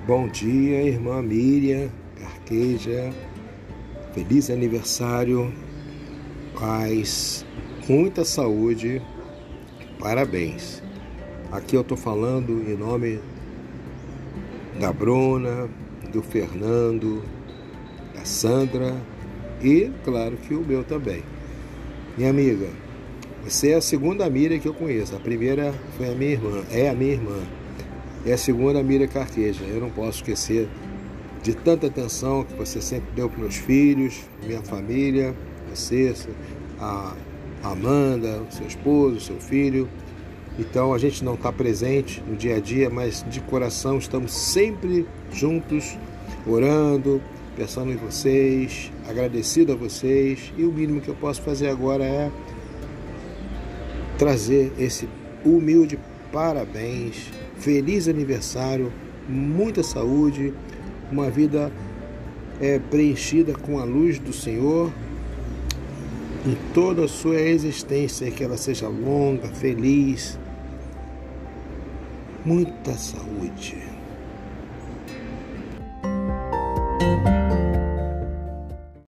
Bom dia, irmã Miriam Carqueja. Feliz aniversário. Paz, muita saúde. Parabéns. Aqui eu estou falando em nome da Bruna, do Fernando, da Sandra e, claro, que o meu também. Minha amiga, você é a segunda Miriam que eu conheço. A primeira foi a minha irmã, é a minha irmã. É a segunda Miriam Carqueja. Eu não posso esquecer de tanta atenção que você sempre deu para meus filhos, minha família, você, a Amanda, o seu esposo, o seu filho. Então a gente não está presente no dia a dia, mas de coração estamos sempre juntos, orando, pensando em vocês, agradecido a vocês. E o mínimo que eu posso fazer agora é trazer esse humilde parabéns, feliz aniversário, muita saúde, uma vida preenchida com a luz do Senhor em toda a sua existência, que ela seja longa, feliz, muita saúde.